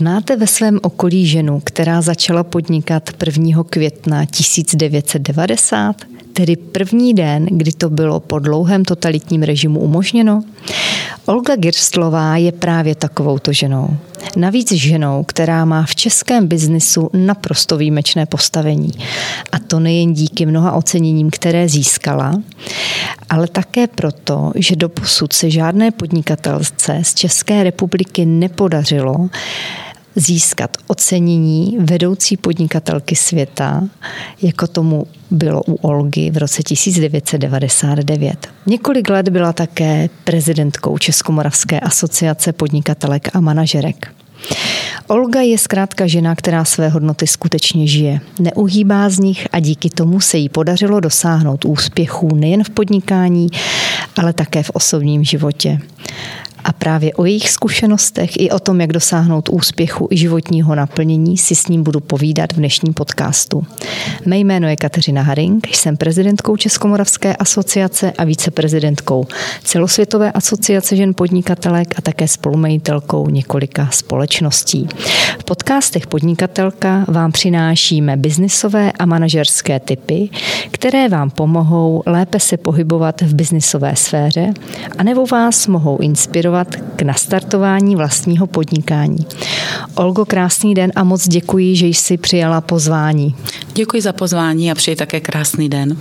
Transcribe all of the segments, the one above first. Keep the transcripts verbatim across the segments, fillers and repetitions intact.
Znáte ve svém okolí ženu, která začala podnikat prvního května tisíc devět set devadesát, tedy první den, kdy to bylo po dlouhém totalitním režimu umožněno? Olga Girstlová je právě takovouto ženou. Navíc ženou, která má v českém biznisu naprosto výjimečné postavení. A to nejen díky mnoha oceněním, které získala, ale také proto, že doposud se žádné podnikatelce z České republiky nepodařilo získat ocenění vedoucí podnikatelky světa, jako tomu bylo u Olgy v roce tisíc devět set devadesát devět. Několik let byla také prezidentkou Českomoravské asociace podnikatelek a manažerek. Olga je zkrátka žena, která své hodnoty skutečně žije. Neuhýbá z nich a díky tomu se jí podařilo dosáhnout úspěchů nejen v podnikání, ale také v osobním životě. A právě o jejich zkušenostech i o tom, jak dosáhnout úspěchu i životního naplnění, si s ním budu povídat v dnešním podcastu. Mé jméno je Kateřina Haring, jsem prezidentkou Českomoravské asociace a viceprezidentkou Celosvětové asociace žen podnikatelek a také spolumajitelkou několika společností. V podcastech Podnikatelka vám přinášíme biznisové a manažerské tipy, které vám pomohou lépe se pohybovat v biznisové sféře, anebo vás mohou inspirovat k nastartování vlastního podnikání. Olgo, krásný den a moc děkuji, že jsi přijala pozvání. Děkuji za pozvání a přeji také krásný den.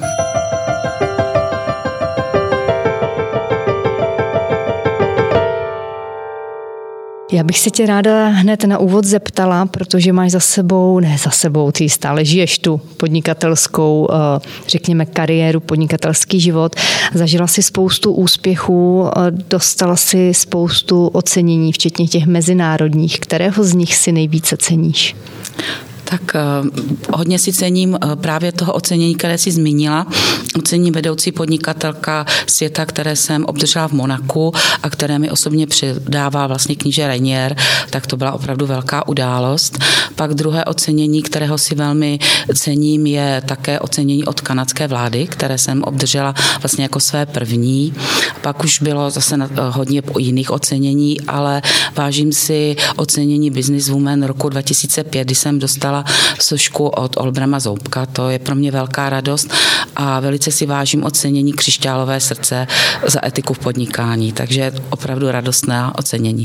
Já bych se tě ráda hned na úvod zeptala, protože máš za sebou, ne za sebou, ty stále žiješ tu podnikatelskou, řekněme, kariéru, podnikatelský život. Zažila si spoustu úspěchů, dostala si spoustu ocenění, včetně těch mezinárodních. Kterého z nich si nejvíce ceníš? Tak hodně si cením právě toho ocenění, které jsi zmínila. Ocenění vedoucí podnikatelka světa, které jsem obdržela v Monaku a které mi osobně předává vlastně kníže Rainier, tak to byla opravdu velká událost. Pak druhé ocenění, kterého si velmi cením, je také ocenění od kanadské vlády, které jsem obdržela vlastně jako své první. Pak už bylo zase hodně jiných ocenění, ale vážím si ocenění Businesswoman roku dva tisíce pět, kdy jsem dostala sošku od Olbrama Zoubka. To je pro mě velká radost a velice si vážím ocenění Křišťálové srdce za etiku v podnikání. Takže opravdu radostné ocenění.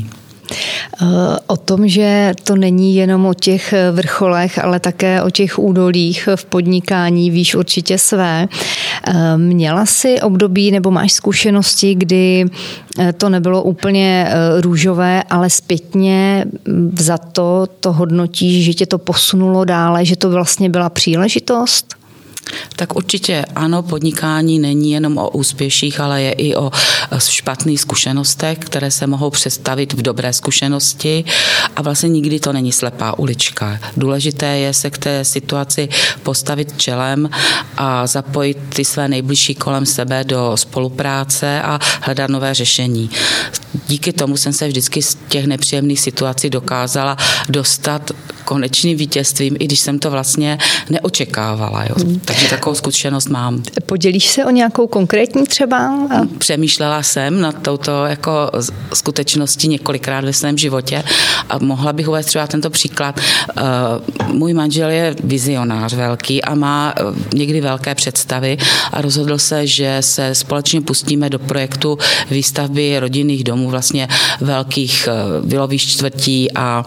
O tom, že to není jenom o těch vrcholech, ale také o těch údolích v podnikání, víš určitě své. Měla jsi období nebo máš zkušenosti, kdy to nebylo úplně růžové, ale zpětně za to to hodnotíš, že tě to posunulo dále, že to vlastně byla příležitost? Tak určitě ano, podnikání není jenom o úspěších, ale je i o špatných zkušenostech, které se mohou představit v dobré zkušenosti a vlastně nikdy to není slepá ulička. Důležité je se k té situaci postavit čelem a zapojit ty své nejbližší kolem sebe do spolupráce a hledat nové řešení. Díky tomu jsem se vždycky z těch nepříjemných situací dokázala dostat konečným vítězstvím, i když jsem to vlastně neočekávala. Jo. Hmm. Takže takovou zkušenost mám. Podělíš se o nějakou konkrétní třeba? Přemýšlela jsem nad touto jako skutečností několikrát ve svém životě a mohla bych uvést třeba tento příklad. Můj manžel je vizionář velký a má někdy velké představy a rozhodl se, že se společně pustíme do projektu výstavby rodinných domů, vlastně velkých vilových čtvrtí a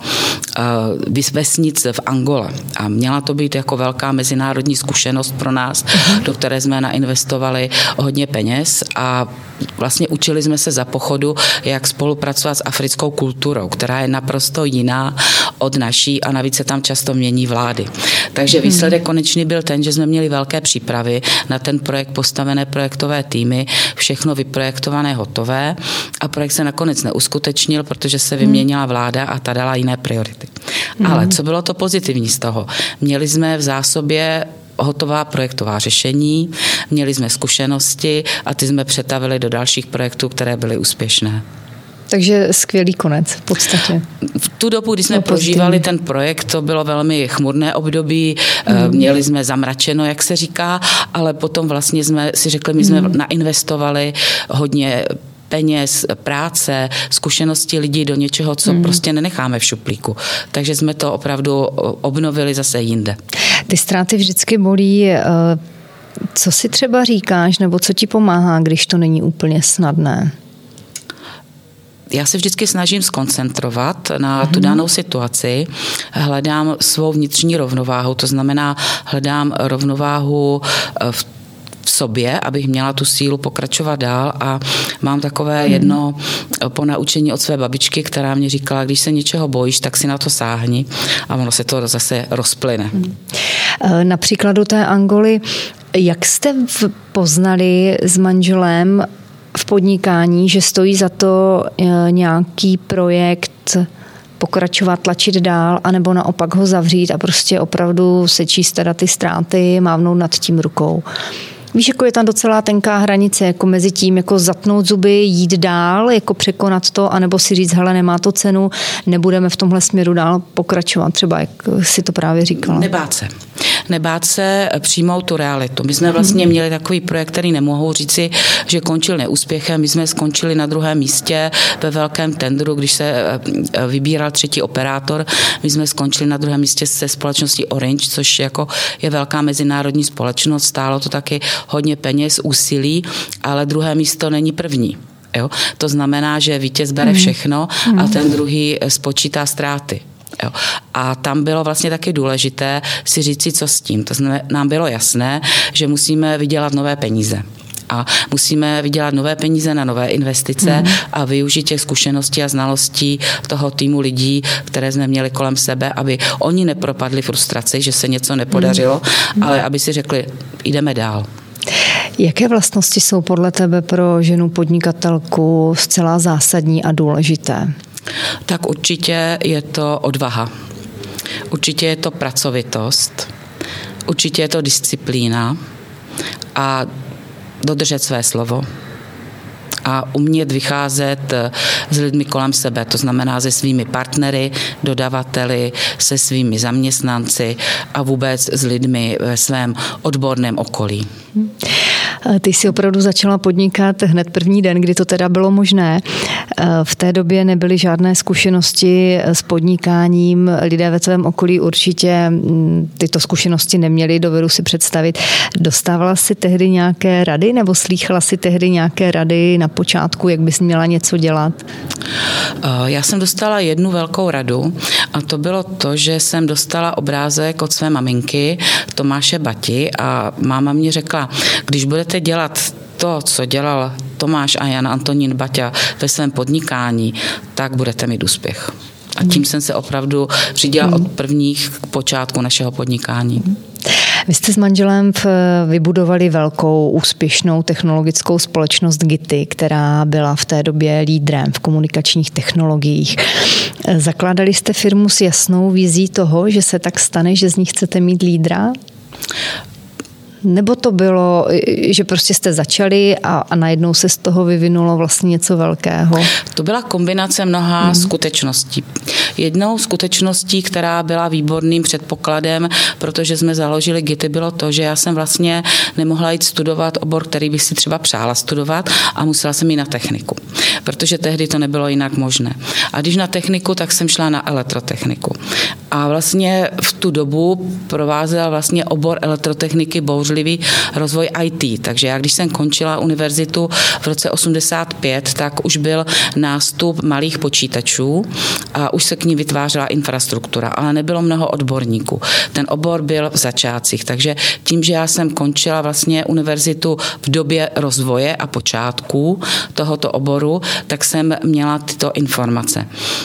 vesnic v Angole. A měla to být jako velká mezinárodní zkušenost pro nás, do které jsme nainvestovali hodně peněz a vlastně učili jsme se za pochodu, jak spolupracovat s africkou kulturou, která je naprosto jiná od naší a navíc se tam často mění vlády. Takže výsledek konečný byl ten, že jsme měli velké přípravy na ten projekt, postavené projektové týmy, všechno vyprojektované, hotové a projekt se nakonec neuskutečnil, protože se vyměnila vláda a ta dala jiné priority. Ale co bylo to pozitivní z toho? Měli jsme v zásobě hotová projektová řešení, měli jsme zkušenosti a ty jsme přetavili do dalších projektů, které byly úspěšné. Takže skvělý konec v podstatě. V tu dobu, kdy jsme no, prožívali ten projekt, to bylo velmi chmurné období, mm. měli jsme zamračeno, jak se říká, ale potom vlastně jsme si řekli, my jsme mm. nainvestovali hodně peněz, práce, zkušenosti lidí do něčeho, co mm. prostě nenecháme v šuplíku. Takže jsme to opravdu obnovili zase jinde. Ty ztráty vždycky bolí. Co si třeba říkáš, nebo co ti pomáhá, když to není úplně snadné? Já se vždycky snažím skoncentrovat na tu danou situaci, hledám svou vnitřní rovnováhu, to znamená hledám rovnováhu v v sobě, abych měla tu sílu pokračovat dál a mám takové jedno ponaučení od své babičky, která mě říkala, když se něčeho bojíš, tak si na to sáhni a ono se to zase rozplyne. Na příkladu té Angoly, jak jste poznali s manželem v podnikání, že stojí za to nějaký projekt pokračovat, tlačit dál, anebo naopak ho zavřít a prostě opravdu sečíst teda ty ztráty, mávnout nad tím rukou? Víš, jako je tam docela tenká hranice, jako mezi tím, jako zatnout zuby, jít dál, jako překonat to, anebo si říct, hele, nemá to cenu, nebudeme v tomhle směru dál pokračovat, třeba jak si to právě říkala. Nebát se. Nebát se přijmout tu realitu. My jsme vlastně měli takový projekt, který nemohou říci, že končil neúspěchem. My jsme skončili na druhém místě ve velkém tendru, když se vybíral třetí operátor. My jsme skončili na druhém místě se společností Orange, což jako je velká mezinárodní společnost. Stálo to taky hodně peněz, úsilí, ale druhé místo není první. Jo? To znamená, že vítěz bere všechno a ten druhý spočítá ztráty. Jo. A tam bylo vlastně taky důležité si říct si, co s tím. To znamená, nám bylo jasné, že musíme vydělat nové peníze. A musíme vydělat nové peníze na nové investice mm. a využít těch zkušeností a znalostí toho týmu lidí, které jsme měli kolem sebe, aby oni nepropadli frustraci, že se něco nepodařilo, mm. ale aby si řekli, jdeme dál. Jaké vlastnosti jsou podle tebe pro ženu podnikatelku zcela zásadní a důležité? Tak určitě je to odvaha. Určitě je to pracovitost. Určitě je to disciplína a dodržet své slovo. A umět vycházet s lidmi kolem sebe, to znamená se svými partnery, dodavateli, se svými zaměstnanci a vůbec s lidmi ve svém odborném okolí. Ty jsi opravdu začala podnikat hned první den, kdy to teda bylo možné. V té době nebyly žádné zkušenosti s podnikáním. Lidé ve svém okolí určitě tyto zkušenosti neměli, dovedu si představit. Dostávala jsi tehdy nějaké rady nebo slýchala si tehdy nějaké rady na počátku, jak bys měla něco dělat? Já jsem dostala jednu velkou radu a to bylo to, že jsem dostala obrázek od své maminky Tomáše Bati a máma mě řekla, když budete dělat to, co dělal Tomáš a Jan Antonín Baťa ve svém podnikání, tak budete mít úspěch. A tím jsem se opravdu řídila od prvních počátku našeho podnikání. Vy jste s manželem vybudovali velkou úspěšnou technologickou společnost Gity, která byla v té době lídrem v komunikačních technologiích. Zakládali jste firmu s jasnou vizí toho, že se tak stane, že z ní chcete mít lídra? Nebo to bylo, že prostě jste začali a, a najednou se z toho vyvinulo vlastně něco velkého? To byla kombinace mnoha mm. skutečností. Jednou skutečností, která byla výborným předpokladem, protože jsme založili Gity, bylo to, že já jsem vlastně nemohla jít studovat obor, který bych si třeba přála studovat a musela jsem jít na techniku, protože tehdy to nebylo jinak možné. A když na techniku, tak jsem šla na elektrotechniku. A vlastně v tu dobu provázel vlastně obor elektrotechniky bouřlivý rozvoj í té. Takže já, když jsem končila univerzitu v roce osmdesát pět, tak už byl nástup malých počítačů a už se k ní vytvářela infrastruktura, ale nebylo mnoho odborníků. Ten obor byl v začátcích, takže tím, že já jsem končila vlastně univerzitu v době rozvoje a počátků tohoto oboru, tak jsem měla tyto informace.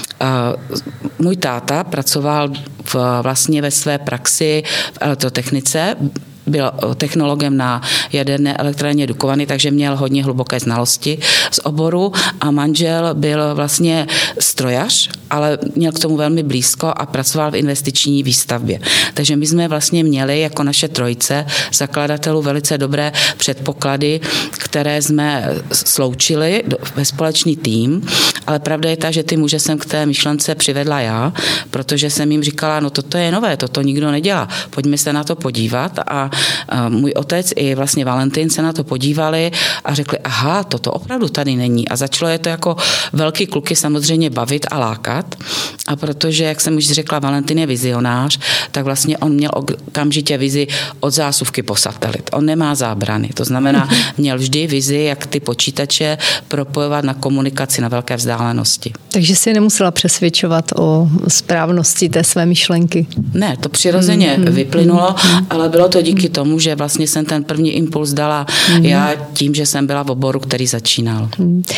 Můj táta pracoval v, vlastně ve své praxi v elektrotechnice, byl technologem na jaderné elektrárně Dukovany, takže měl hodně hluboké znalosti z oboru a manžel byl vlastně strojař ale měl k tomu velmi blízko a pracoval v investiční výstavbě. Takže my jsme vlastně měli jako naše trojice zakladatelů velice dobré předpoklady, které jsme sloučili ve společný tým, ale pravda je ta, že ty muže jsem k té myšlence přivedla já, protože jsem jim říkala, no toto je nové, toto nikdo nedělá, pojďme se na to podívat a můj otec i vlastně Valentin se na to podívali a řekli, aha, toto opravdu tady není a začalo je to jako velký kluky samozřejmě bavit a lákat a protože, jak jsem už řekla, Valentin je vizionář, tak vlastně on měl okamžitě vizi od zásuvky po satelit. On nemá zábrany, to znamená, měl vždy vizi, jak ty počítače propojovat na komunikaci na velké vzdálenosti. Takže si nemusela přesvědčovat o správnosti té své myšlenky. Ne, to přirozeně mm-hmm. vyplynulo, ale bylo to díky tomu, že vlastně jsem ten první impuls dala mm-hmm. já tím, že jsem byla v oboru, který začínal.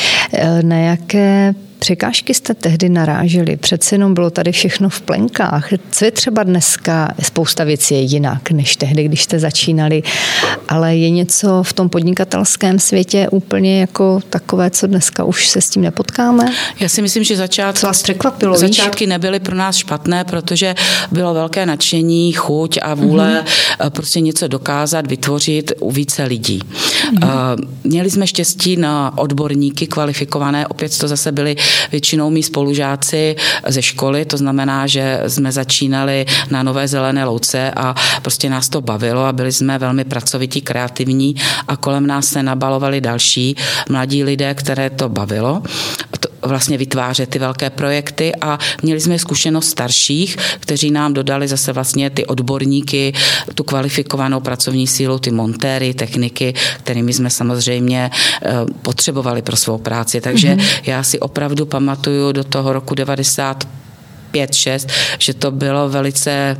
Na jaké překážky jste tehdy naráželi? Přece jenom bylo tady všechno v plenkách. Co je třeba dneska? Spousta věcí je jinak, než tehdy, když jste začínali, ale je něco v tom podnikatelském světě úplně jako takové, co dneska už se s tím nepotkáme? Já si myslím, že začátky, vás překvapilo, začátky nebyly pro nás špatné, protože bylo velké nadšení, chuť a vůle mm-hmm. prostě něco dokázat, vytvořit u více lidí. Mm-hmm. Měli jsme štěstí na odborníky kvalifikované, opět to zase byli většinou mý spolužáci ze školy, to znamená, že jsme začínali na Nové zelené louce a prostě nás to bavilo a byli jsme velmi pracovití, kreativní a kolem nás se nabalovali další mladí lidé, které to bavilo vlastně vytvářet ty velké projekty a měli jsme zkušenost starších, kteří nám dodali zase vlastně ty odborníky, tu kvalifikovanou pracovní sílu, ty montéry, techniky, kterými jsme samozřejmě potřebovali pro svou práci. Takže mm-hmm. já si opravdu pamatuju do toho roku devadesát pět šest, že to bylo velice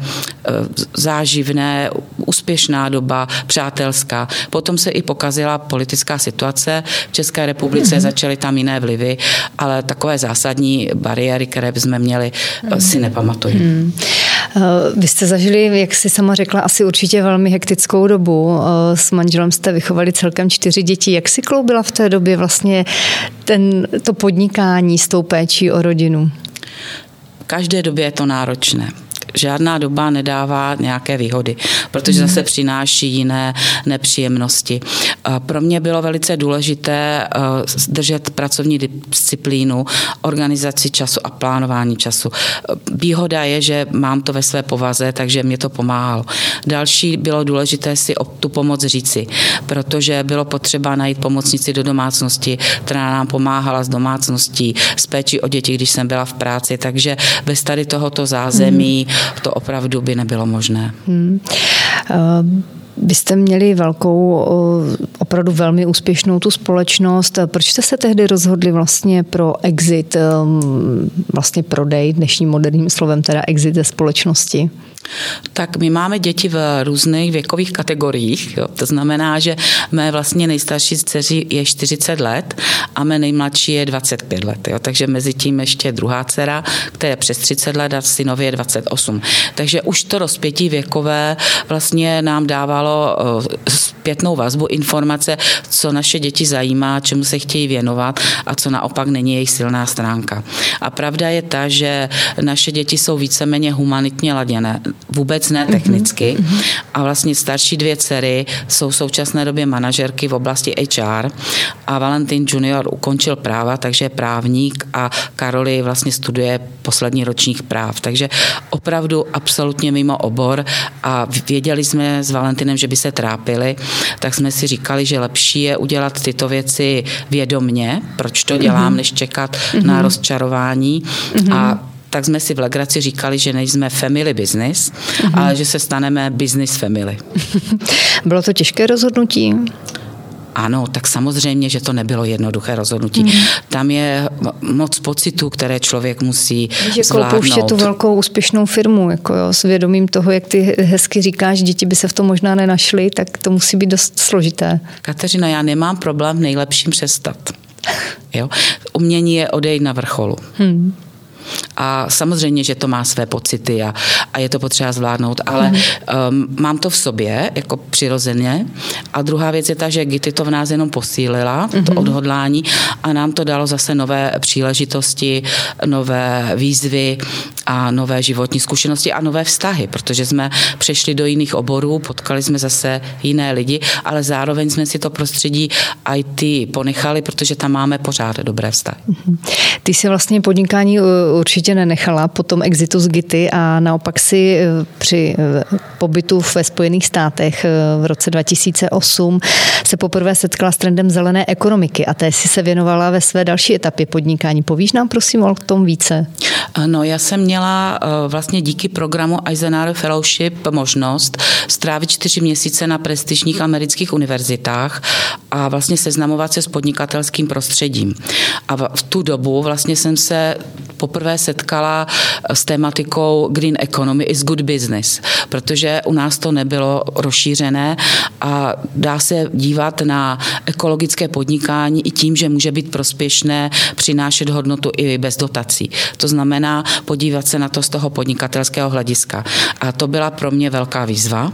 záživné, úspěšná doba, přátelská. Potom se i pokazila politická situace. V České republice mm-hmm. začaly tam jiné vlivy, ale takové zásadní bariéry, které bychom měli, mm-hmm. si nepamatuji. Mm. Vy jste zažili, jak jsi sama řekla, asi určitě velmi hektickou dobu. S manželem jste vychovali celkem čtyři děti. Jak si kloubila v té době vlastně ten, to podnikání s tou péčí o rodinu? V každé době je to náročné. Žádná doba nedává nějaké výhody, protože zase přináší jiné nepříjemnosti. Pro mě bylo velice důležité držet pracovní disciplínu, organizaci času a plánování času. Výhoda je, že mám to ve své povaze, takže mě to pomáhalo. Další bylo důležité si o tu pomoc říci, protože bylo potřeba najít pomocnici do domácnosti, která nám pomáhala s domácností, s péčí o děti, když jsem byla v práci, takže bez tady tohoto zázemí to opravdu by nebylo možné. Hmm. Uh... Vy jste měli velkou, opravdu velmi úspěšnou tu společnost. Proč jste se tehdy rozhodli vlastně pro exit, vlastně prodej, dnešním moderním slovem, teda exit ze společnosti? Tak my máme děti v různých věkových kategoriích. Jo. To znamená, že mé vlastně nejstarší dceři je čtyřicet let a mé nejmladší je dvacet pět let. Jo. Takže mezi tím ještě druhá dcera, která je přes třicet let a synově je dvacet osm. Takže už to rozpětí věkové vlastně nám dávalo zpětnou vazbu, informace, co naše děti zajímá, čemu se chtějí věnovat a co naopak není jejich silná stránka. A pravda je ta, že naše děti jsou víceméně humanitně laděné, vůbec ne technicky. Mm-hmm. A vlastně starší dvě dcery jsou v současné době manažerky v oblasti H R a Valentin junior ukončil práva, takže je právník a Karoli vlastně studuje poslední ročník práv. Takže opravdu absolutně mimo obor a věděli jsme s Valentinem, že by se trápili, tak jsme si říkali, že lepší je udělat tyto věci vědomně, proč to dělám, než čekat mm-hmm. na rozčarování mm-hmm. a tak jsme si v legraci říkali, že nejsme family business, mm-hmm. ale že se staneme business family. Bylo to těžké rozhodnutí? Ano, tak samozřejmě, že to nebylo jednoduché rozhodnutí. Mm. Tam je moc pocitů, které člověk musí že zvládnout. Opouštět tu velkou úspěšnou firmu, jako jo, s vědomím toho, jak ty hezky říkáš, děti by se v tom možná nenašly, tak to musí být dost složité. Kateřina, já nemám problém v nejlepším přestat. Jo? Umění je odejít na vrcholu. Hmm. A samozřejmě, že to má své pocity a, a je to potřeba zvládnout, ale um, mám to v sobě, jako přirozeně. A druhá věc je ta, že Gity to v nás jenom posílila, to odhodlání, a nám to dalo zase nové příležitosti, nové výzvy a nové životní zkušenosti a nové vztahy, protože jsme přešli do jiných oborů, potkali jsme zase jiné lidi, ale zároveň jsme si to prostředí í té ponechali, protože tam máme pořád dobré vztahy. Ty si vlastně podnikání určitě nenechala po tom exitu z Gity a naopak si při pobytu ve Spojených státech v roce dva tisíce osm se poprvé setkala s trendem zelené ekonomiky a té si se věnovala ve své další etapě podnikání. Povíš nám prosím o tom více? No, já jsem měla vlastně díky programu Eisenhower Fellowship možnost strávit čtyři měsíce na prestižních amerických univerzitách a vlastně seznamovat se s podnikatelským prostředím. A v tu dobu vlastně jsem se poprvé setkala s tématikou Green Economy is good business, protože u nás to nebylo rozšířené a dá se dívat na ekologické podnikání i tím, že může být prospěšné, přinášet hodnotu i bez dotací. To znamená podívat se na to z toho podnikatelského hlediska. A to byla pro mě velká výzva.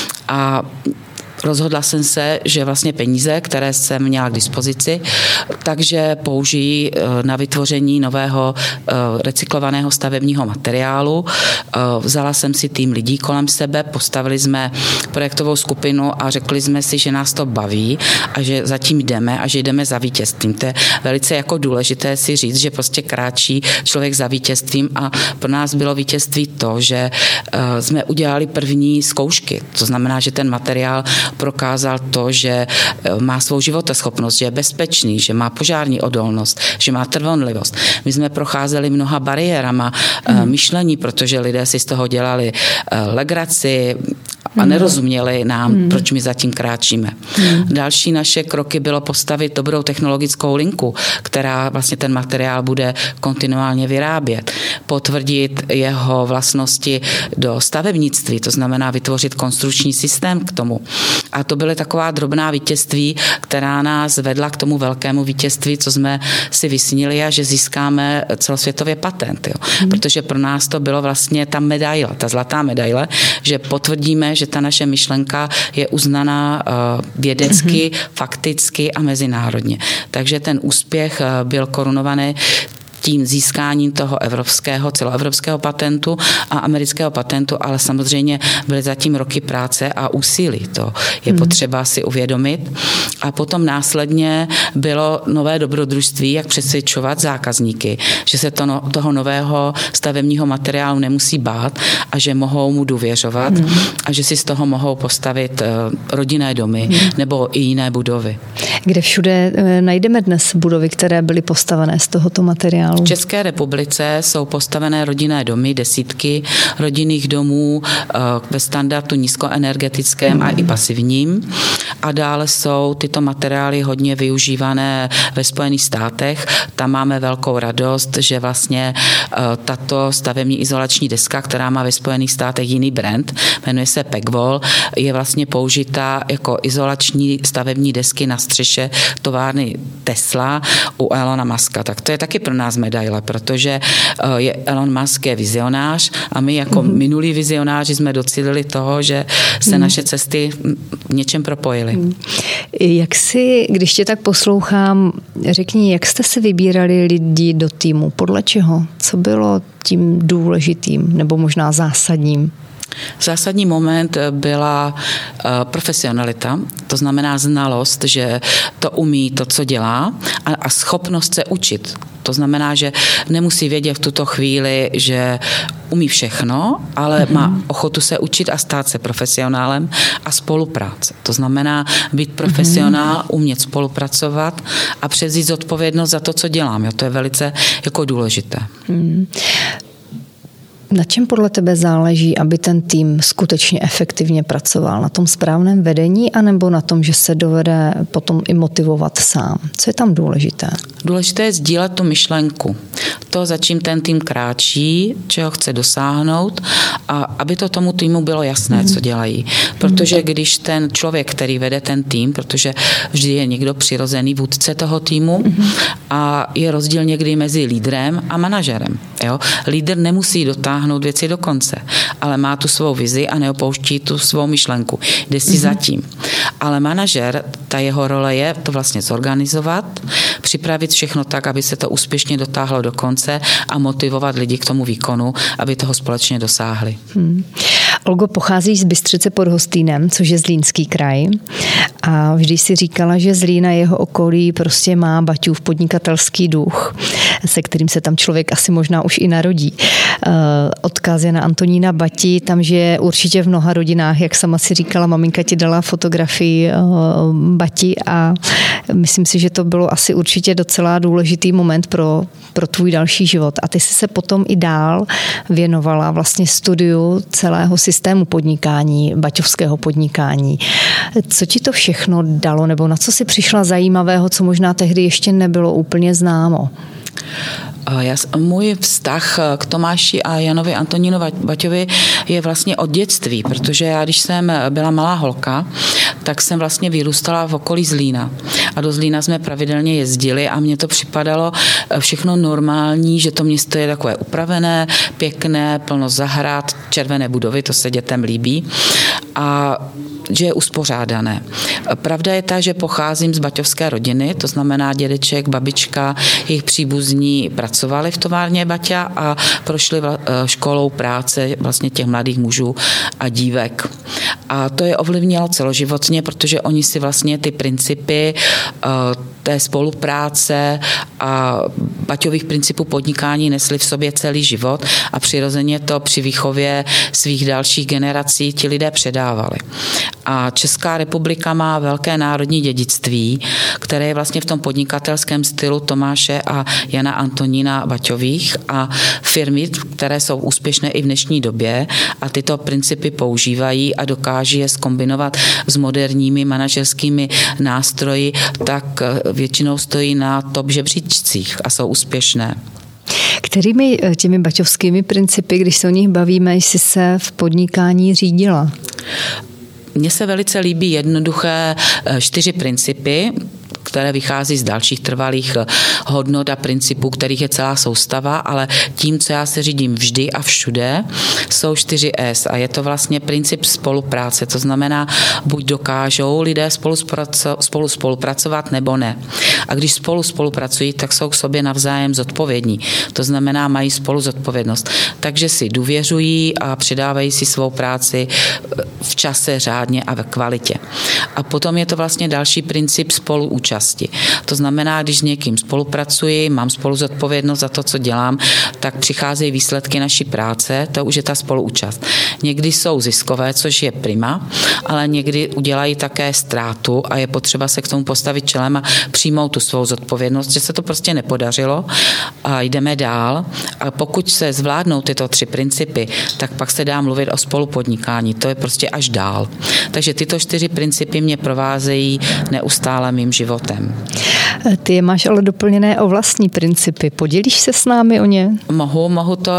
A rozhodla jsem se, že vlastně peníze, které jsem měla k dispozici, takže použijí na vytvoření nového recyklovaného stavebního materiálu. Vzala jsem si tým lidí kolem sebe, postavili jsme projektovou skupinu a řekli jsme si, že nás to baví a že zatím jdeme a že jdeme za vítězstvím. To je velice jako důležité si říct, že prostě kráčí člověk za vítězstvím a pro nás bylo vítězství to, že jsme udělali první zkoušky. To znamená, že ten materiál prokázal to, že má svou životaschopnost, že je bezpečný, že má požární odolnost, že má trvanlivost. My jsme procházeli mnoha bariérama hmm. myšlení, protože lidé si z toho dělali legraci a nerozuměli nám, hmm. proč my zatím kráčíme. Hmm. Další naše kroky bylo postavit dobrou technologickou linku, která vlastně ten materiál bude kontinuálně vyrábět. Potvrdit jeho vlastnosti do stavebnictví, to znamená vytvořit konstrukční systém k tomu. A to byly taková drobná vítězství, která nás vedla k tomu velkému vítězství, co jsme si vysnili a že získáme celosvětově patent. Jo. Hmm. Protože pro nás to bylo vlastně ta medaile, ta zlatá medaile, že potvrdíme, že ta naše myšlenka je uznaná vědecky, mm-hmm. fakticky a mezinárodně. Takže ten úspěch byl korunovaný tím získáním toho evropského, celoevropského patentu a amerického patentu, ale samozřejmě byly zatím roky práce a úsilí. To je hmm. potřeba si uvědomit. A potom následně bylo nové dobrodružství, jak přesvědčovat zákazníky, že se to no, toho nového stavebního materiálu nemusí bát a že mohou mu důvěřovat hmm. a že si z toho mohou postavit rodinné domy hmm. nebo i jiné budovy. Kde všude najdeme dnes budovy, které byly postavené z tohoto materiálu? V České republice jsou postavené rodinné domy, desítky rodinných domů ve standardu nízkoenergetickém a i pasivním. A dále jsou tyto materiály hodně využívané ve Spojených státech. Tam máme velkou radost, že vlastně tato stavební izolační deska, která má ve Spojených státech jiný brand, jmenuje se Pegwall, je vlastně použita jako izolační stavební desky na střeše továrny Tesla u Elona Muska. Tak to je taky pro nás medaile, protože je Elon Musk je vizionář a my jako mm-hmm. minulí vizionáři jsme docílili toho, že se mm. naše cesty v něčem propojily. Mm. Jak si, když tě tak poslouchám, řekni, jak jste si vybírali lidi do týmu? Podle čeho? Co bylo tím důležitým nebo možná zásadním? Zásadní moment byla profesionalita, to znamená znalost, že to umí to, co dělá a, a schopnost se učit. To znamená, že nemusí vědět v tuto chvíli, že umí všechno, ale mm-hmm. má ochotu se učit a stát se profesionálem a spolupráce. To znamená být profesionál, mm-hmm. umět spolupracovat a převzít zodpovědnost za to, co dělám. Jo, to je velice jako důležité. Mm. Na čem podle tebe záleží, aby ten tým skutečně efektivně pracoval? Na tom správném vedení, anebo na tom, že se dovede potom i motivovat sám? Co je tam důležité? Důležité je sdílet tu myšlenku. To, za čím ten tým kráčí, čeho chce dosáhnout a aby to tomu týmu bylo jasné, mm. co dělají. Protože když ten člověk, který vede ten tým, protože vždy je někdo přirozený vůdce toho týmu mm. a je rozdíl někdy mezi lídrem a manažerem. Jo? Lídr nemusí dotáhnout věci do konce, ale má tu svou vizi a neopouští tu svou myšlenku. Jde si mm. za tím. Ale manažer, ta jeho role je to vlastně zorganizovat, připravit všechno tak, aby se to úspěšně dotáhlo do konce a motivovat lidi k tomu výkonu, aby toho společně dosáhli. Hmm. Olgo, pochází z Bystřice pod Hostýnem, což je Zlínský kraj. A vždy si říkala, že Zlín a jeho okolí prostě má Baťův podnikatelský duch, se kterým se tam člověk asi možná už i narodí. Odkaz je na Antonína Bati, tam žije určitě v mnoha rodinách, jak sama si říkala, maminka ti dala fotografii Bati a myslím si, že to bylo asi určitě docela důležitý moment pro, pro tvůj další život. A ty jsi se potom i dál věnovala vlastně studiu celého systému podnikání, baťovského podnikání. Co ti to všechno dalo, nebo na co jsi přišla zajímavého, co možná tehdy ještě nebylo úplně známo? Já, můj vztah k Tomáši a Janovi Antonínu Baťovi je vlastně od dětství, protože já, když jsem byla malá holka, tak jsem vlastně vyrůstala v okolí Zlína. A do Zlína jsme pravidelně jezdili a mně to připadalo všechno normální, že to město je takové upravené, pěkné, plno zahrad, červené budovy, to se dětem líbí. A že je uspořádané. Pravda je ta, že pocházím z baťovské rodiny, to znamená dědeček, babička, jejich příbuzní pracovali v továrně Baťa a prošli školou práce vlastně těch mladých mužů a dívek. A to je ovlivnilo celoživotně, protože oni si vlastně ty principy té spolupráce a Baťových principů podnikání nesli v sobě celý život a přirozeně to při výchově svých dalších generací ti lidé předávali. A Česká republika má velké národní dědictví, které je vlastně v tom podnikatelském stylu Tomáše a Jana Antonína Baťových a firmy, které jsou úspěšné i v dnešní době a tyto principy používají a dokáží je zkombinovat s moderními manažerskými nástroji, tak většinou stojí na top žebříčcích a jsou úspěšné. Kterými těmi baťovskými principy, když se o nich bavíme, jsi se v podnikání řídila? Mně se velice líbí jednoduché čtyři principy, které vychází z dalších trvalých hodnot a principů, kterých je celá soustava, ale tím, co já se řídím vždy a všude, jsou čtyři S a je to vlastně princip spolupráce, to znamená, buď dokážou lidé spolu, spolu spolupracovat, nebo ne. A když spolu spolupracují, tak jsou k sobě navzájem zodpovědní, to znamená, mají spolu zodpovědnost. Takže si důvěřují a předávají si svou práci v čase řádně a ve kvalitě. A potom je to vlastně další princip spoluúčasti. To znamená, když s někým spolupracuji, mám spolu zodpovědnost za to, co dělám, tak přicházejí výsledky naší práce, to už je ta spoluúčast. Někdy jsou ziskové, což je prima, ale někdy udělají také ztrátu a je potřeba se k tomu postavit čelem a přijmout tu svou zodpovědnost, že se to prostě nepodařilo a jdeme dál. A pokud se zvládnou tyto tři principy, tak pak se dá mluvit o spolupodnikání. To je prostě až dál. Takže tyto čtyři principy mě provázejí neustále mým životem. Ty je máš ale doplněné o vlastní principy. Podělíš se s námi o ně? Mohu, mohu to,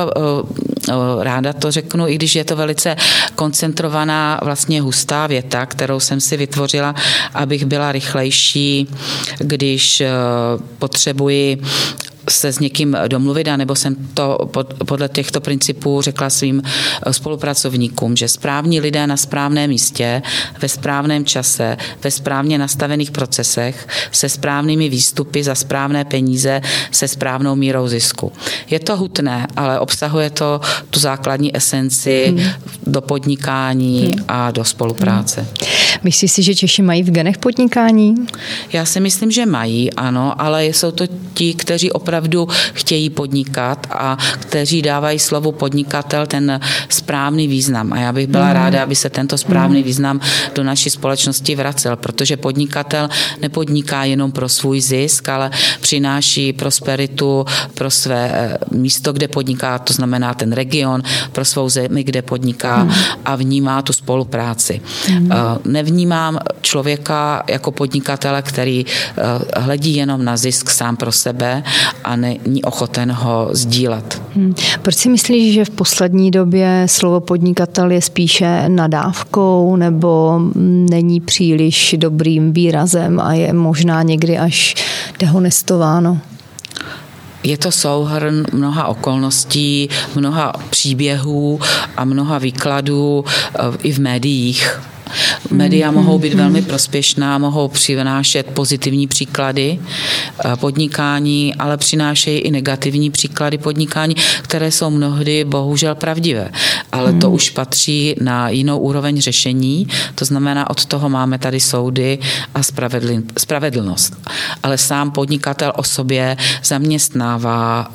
ráda to řeknu, i když je to velice koncentrovaná, vlastně hustá věta, kterou jsem si vytvořila, abych byla rychlejší, když potřebuji se s někým domluvit, anebo jsem to podle těchto principů řekla svým spolupracovníkům, že správní lidé na správném místě, ve správném čase, ve správně nastavených procesech, se správnými výstupy za správné peníze, se správnou mírou zisku. Je to hutné, ale obsahuje to tu základní esenci hmm. do podnikání hmm. a do spolupráce. Hmm. Myslíš si, že Češi mají v genech podnikání? Já si myslím, že mají, ano, ale jsou to ti, kteří opravdu chtějí podnikat a kteří dávají slovu podnikatel ten správný význam. A já bych byla mm. ráda, aby se tento správný mm. význam do naší společnosti vracel, protože podnikatel nepodniká jenom pro svůj zisk, ale přináší prosperitu pro své místo, kde podniká, to znamená ten region, pro svou zemi, kde podniká mm. a vnímá tu spolupráci. Mm. Nevnímám člověka jako podnikatele, který hledí jenom na zisk sám pro sebe a není ochoten ho sdílet. Hmm. Proč si myslíš, že v poslední době slovo podnikatel je spíše nadávkou nebo není příliš dobrým výrazem a je možná někdy až dehonestováno? Je to souhrn mnoha okolností, mnoha příběhů a mnoha výkladů i v médiích. Média mohou být velmi prospěšná, mohou přinášet pozitivní příklady podnikání, ale přinášejí i negativní příklady podnikání, které jsou mnohdy bohužel pravdivé. Ale to už patří na jinou úroveň řešení, to znamená, od toho máme tady soudy a spravedlnost. Ale sám podnikatel o sobě zaměstnává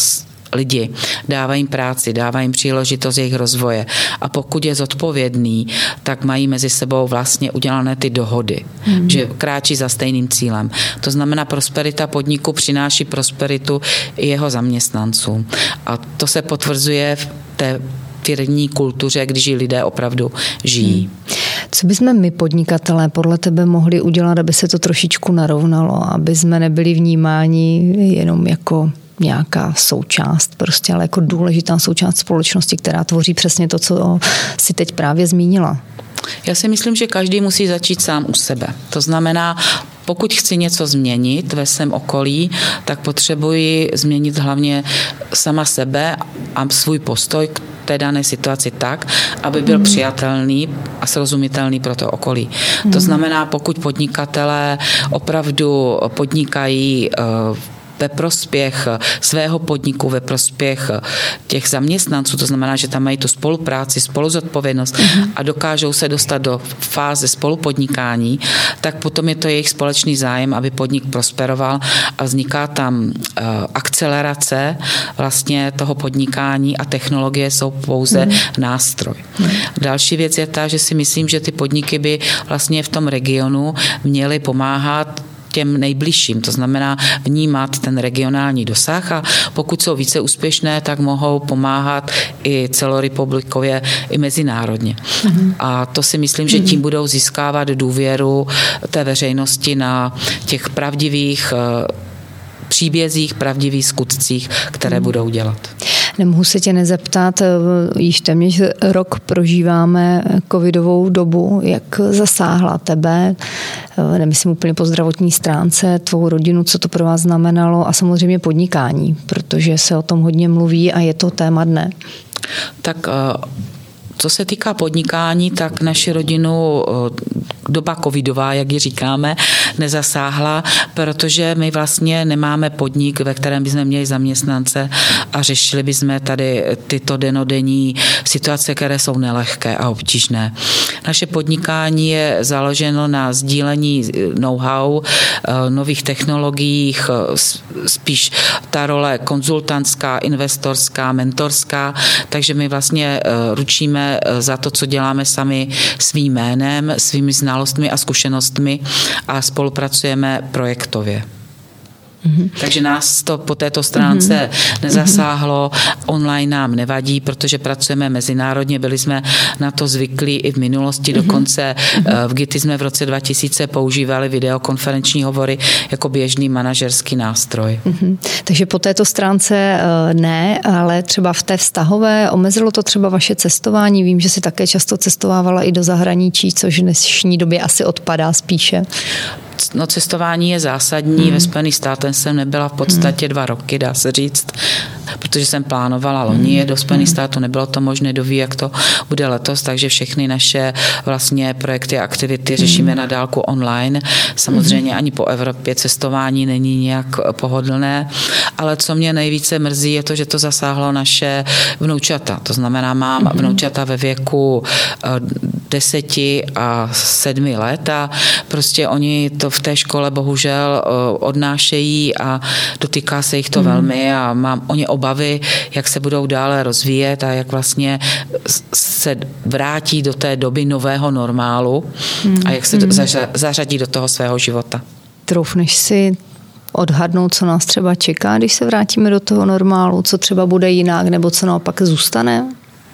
lidi, dává jim práci, dává jim příležitost jejich rozvoje. A pokud je zodpovědný, tak mají mezi sebou vlastně udělané ty dohody, mm. že kráčí za stejným cílem. To znamená, prosperita podniku přináší prosperitu i jeho zaměstnancům. A to se potvrzuje v té firmní kultuře, když lidé opravdu žijí. Mm. Co bychom my podnikatelé podle tebe mohli udělat, aby se to trošičku narovnalo, aby jsme nebyli vnímáni jenom jako nějaká součást, prostě, ale jako důležitá součást společnosti, která tvoří přesně to, co si teď právě zmínila? Já si myslím, že každý musí začít sám u sebe. To znamená, pokud chci něco změnit ve svém okolí, tak potřebuji změnit hlavně sama sebe a svůj postoj k té dané situaci tak, aby byl mm. přijatelný a srozumitelný pro to okolí. Mm. To znamená, pokud podnikatelé opravdu podnikají uh, ve prospěch svého podniku, ve prospěch těch zaměstnanců, to znamená, že tam mají tu spolupráci, spoluzodpovědnost mm-hmm. a dokážou se dostat do fáze spolupodnikání, tak potom je to jejich společný zájem, aby podnik prosperoval a vzniká tam uh, akcelerace vlastně toho podnikání a technologie jsou pouze mm-hmm. nástroj. Mm-hmm. Další věc je ta, že si myslím, že ty podniky by vlastně v tom regionu měly pomáhat těm nejbližším, to znamená vnímat ten regionální dosah a pokud jsou více úspěšné, tak mohou pomáhat i celorepublikově, i mezinárodně. Mm-hmm. A to si myslím, že tím budou získávat důvěru té veřejnosti na těch pravdivých příbězích, pravdivých skutcích, které mm. budou dělat. Nemohu se tě nezeptat, již téměř rok prožíváme covidovou dobu, jak zasáhla tebe, nemyslím úplně po zdravotní stránce, tvou rodinu, co to pro vás znamenalo a samozřejmě podnikání, protože se o tom hodně mluví a je to téma dne. Tak co se týká podnikání, tak naši rodinu doba covidová, jak ji říkáme, nezasáhla, protože my vlastně nemáme podnik, ve kterém bychom měli zaměstnance a řešili bychom tady tyto denodenní situace, které jsou nelehké a obtížné. Naše podnikání je založeno na sdílení know-how, nových technologiích, spíš ta role konzultantská, investorská, mentorská, takže my vlastně ručíme za to, co děláme sami svým jménem, svými znalostmi a zkušenostmi a spolupracujeme projektově. Mm-hmm. Takže nás to po této stránce mm-hmm. nezasáhlo, online nám nevadí, protože pracujeme mezinárodně, byli jsme na to zvyklí i v minulosti, mm-hmm. dokonce v Gity jsme v roce dva tisíce používali videokonferenční hovory jako běžný manažerský nástroj. Mm-hmm. Takže po této stránce ne, ale třeba v té vztahové omezilo to třeba vaše cestování? Vím, že si také často cestovávala i do zahraničí, což v dnešní době asi odpadá spíše. No, cestování je zásadní. Hmm. Ve Spojených státech jsem nebyla v podstatě dva roky, dá se říct, protože jsem plánovala loni. Do Spojených států nebylo to možné, doví, jak to bude letos, takže všechny naše vlastně projekty a aktivity řešíme na dálku online. Samozřejmě ani po Evropě cestování není nějak pohodlné, ale co mě nejvíce mrzí, je to, že to zasáhlo naše vnoučata. To znamená, mám vnoučata ve věku deseti a sedmi let a prostě oni to v té škole bohužel odnášejí a dotýká se jich to mm. velmi a mám o ně obavy, jak se budou dále rozvíjet a jak vlastně se vrátí do té doby nového normálu mm. a jak se mm. zařadí do toho svého života. Troufneš si odhadnout, co nás třeba čeká, když se vrátíme do toho normálu, co třeba bude jinak, nebo co naopak zůstane?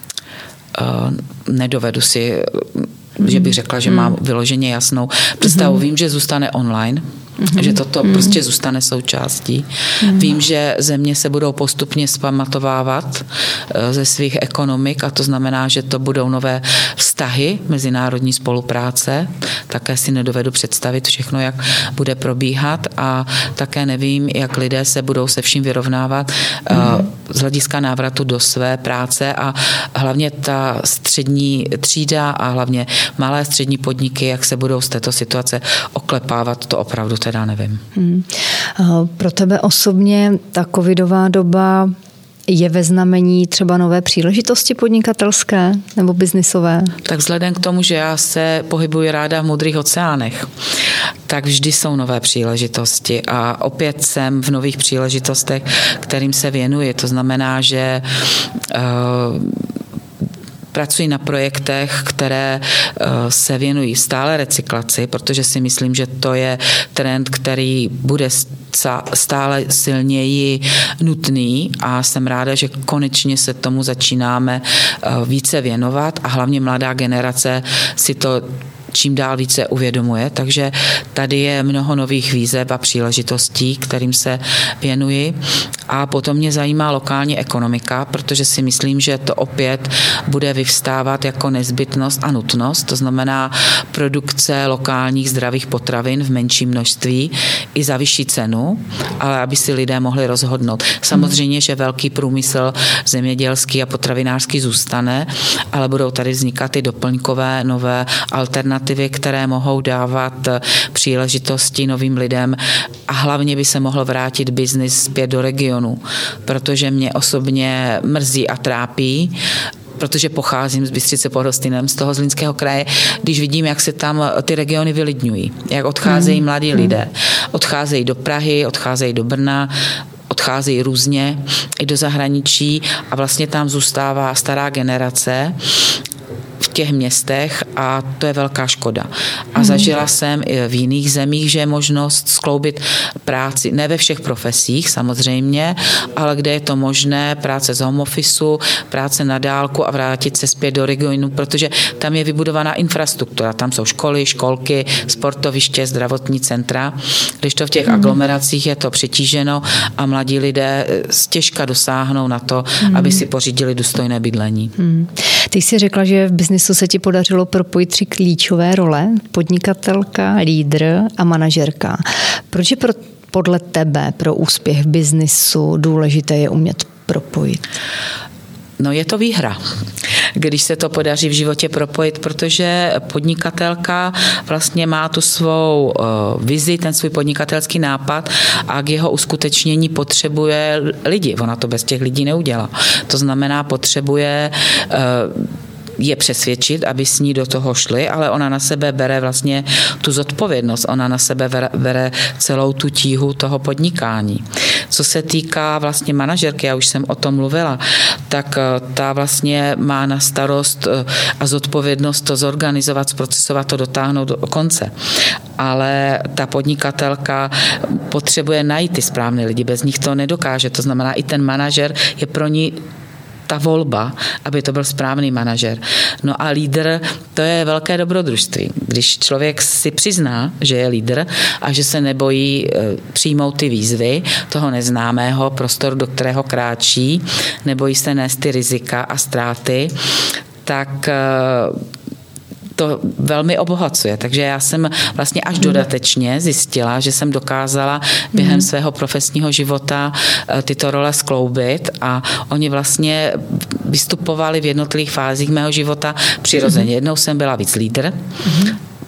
Uh, nedovedu si, mm. že bych řekla, že mm. mám vyloženě jasnou představu. Mm. Vím, že zůstane online, mm. že toto mm. prostě zůstane součástí. Mm. Vím, že země se budou postupně zpamatovávat ze svých ekonomik a to znamená, že to budou nové vztahy, mezinárodní spolupráce. Také si nedovedu představit všechno, jak bude probíhat a také nevím, jak lidé se budou se vším vyrovnávat mm. z hlediska návratu do své práce a hlavně ta střední třída a hlavně malé střední podniky, jak se budou z této situace oklepávat, to opravdu teda nevím. Hmm. Pro tebe osobně ta covidová doba je ve znamení třeba nové příležitosti podnikatelské nebo biznisové? Tak vzhledem k tomu, že já se pohybuji ráda v modrých oceánech, tak vždy jsou nové příležitosti a opět jsem v nových příležitostech, kterým se věnuji. To znamená, že uh, pracuji na projektech, které se věnují stále recyklaci, protože si myslím, že to je trend, který bude stále silněji nutný a jsem ráda, že konečně se tomu začínáme více věnovat a hlavně mladá generace si to čím dál více uvědomuje, takže tady je mnoho nových výzev a příležitostí, kterým se věnuji a potom mě zajímá lokální ekonomika, protože si myslím, že to opět bude vyvstávat jako nezbytnost a nutnost, to znamená produkce lokálních zdravých potravin v menším množství i za vyšší cenu, ale aby si lidé mohli rozhodnout. Samozřejmě, že velký průmysl zemědělský a potravinářský zůstane, ale budou tady vznikat i doplňkové nové alternativy, které mohou dávat příležitosti novým lidem a hlavně by se mohl vrátit biznis zpět do regionu, protože mě osobně mrzí a trápí, protože pocházím z Bystřice pod Hostýnem, z toho Zlínského kraje, když vidím, jak se tam ty regiony vylidňují, jak odcházejí mm. mladí lidé. Odcházejí do Prahy, odcházejí do Brna, odcházejí různě i do zahraničí a vlastně tam zůstává stará generace v těch městech a to je velká škoda. A hmm. zažila jsem i v jiných zemích, že je možnost skloubit práci, ne ve všech profesích samozřejmě, ale kde je to možné, práce z home officeu, práce na dálku a vrátit se zpět do regionu, protože tam je vybudovaná infrastruktura, tam jsou školy, školky, sportoviště, zdravotní centra, když to v těch hmm. aglomeracích je to přetíženo a mladí lidé stěžka dosáhnou na to, hmm. aby si pořídili důstojné bydlení. Hmm. Ty jsi řekla, že v biznisu se ti podařilo propojit tři klíčové role, podnikatelka, lídr a manažerka. Proč je pro, podle tebe pro úspěch v biznisu důležité je umět propojit? No je to výhra, když se to podaří v životě propojit, protože podnikatelka vlastně má tu svou uh, vizi, ten svůj podnikatelský nápad a k jeho uskutečnění potřebuje lidi. Ona to bez těch lidí neudělá. To znamená, potřebuje uh, je přesvědčit, aby s ní do toho šli, ale ona na sebe bere vlastně tu zodpovědnost, ona na sebe bere, bere celou tu tíhu toho podnikání. Co se týká vlastně manažerky, já už jsem o tom mluvila, tak ta vlastně má na starost a zodpovědnost to zorganizovat, zprocesovat, to dotáhnout do konce. Ale ta podnikatelka potřebuje najít ty správné lidi, bez nich to nedokáže. To znamená, i ten manažer je pro ní ta volba, aby to byl správný manažer. No a lídr, to je velké dobrodružství. Když člověk si přizná, že je lídr a že se nebojí přijmout ty výzvy toho neznámého prostoru, do kterého kráčí, nebojí se nést ty rizika a ztráty, tak to velmi obohacuje. Takže já jsem vlastně až dodatečně zjistila, že jsem dokázala během svého profesního života tyto role skloubit a oni vlastně vystupovali v jednotlivých fázích mého života přirozeně. Jednou jsem byla víc lídr,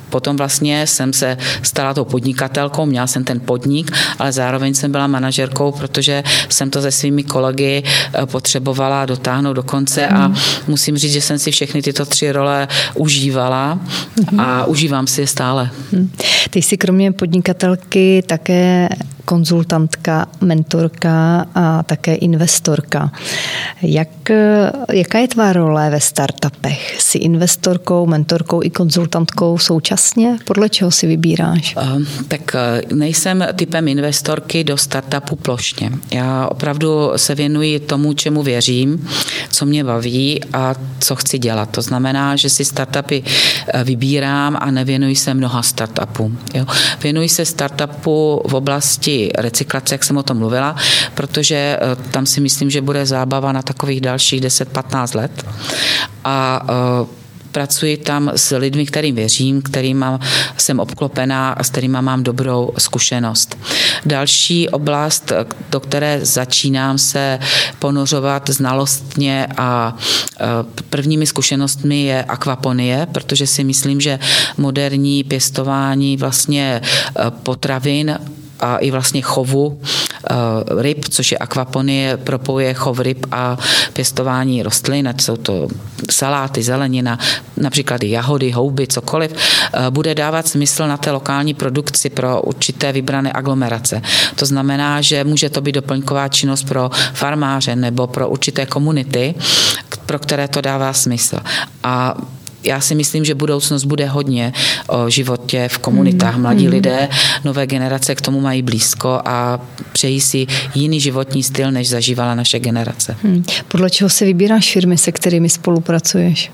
potom vlastně jsem se stala tou podnikatelkou, měla jsem ten podnik, ale zároveň jsem byla manažerkou, protože jsem to se svými kolegy potřebovala dotáhnout do konce a musím říct, že jsem si všechny tyto tři role užívala a užívám si je stále. Ty jsi kromě podnikatelky také konzultantka, mentorka a také investorka. Jak, jaká je tvá role ve startupech? Jsi investorkou, mentorkou i konzultantkou současně? Podle čeho si vybíráš? Uh, tak nejsem typem investorky do startupu plošně. Já opravdu se věnuji tomu, čemu věřím, co mě baví a co chci dělat. To znamená, že si startupy vybírám a nevěnuji se mnoha startupům. Jo? Věnuji se startupu v oblasti recyklace, jak jsem o tom mluvila, protože tam si myslím, že bude zábava na takových dalších deset patnáct let. A uh, pracuji tam s lidmi, kterým věřím, kterým jsem obklopená a s kterými mám dobrou zkušenost. Další oblast, do které začínám se ponořovat znalostně a prvními zkušenostmi je akvaponie, protože si myslím, že moderní pěstování vlastně potravin a i vlastně chovu uh, ryb, což je akvaponie, propojuje chov ryb a pěstování rostlin, ať jsou to saláty, zelenina, například i jahody, houby, cokoliv, uh, bude dávat smysl na té lokální produkci pro určité vybrané aglomerace. To znamená, že může to být doplňková činnost pro farmáře nebo pro určité komunity, pro které to dává smysl. A já si myslím, že budoucnost bude hodně o životě v komunitách. Mladí lidé, nové generace k tomu mají blízko a přejí si jiný životní styl, než zažívala naše generace. Hmm. Podle čeho si vybíráš firmy, se kterými spolupracuješ?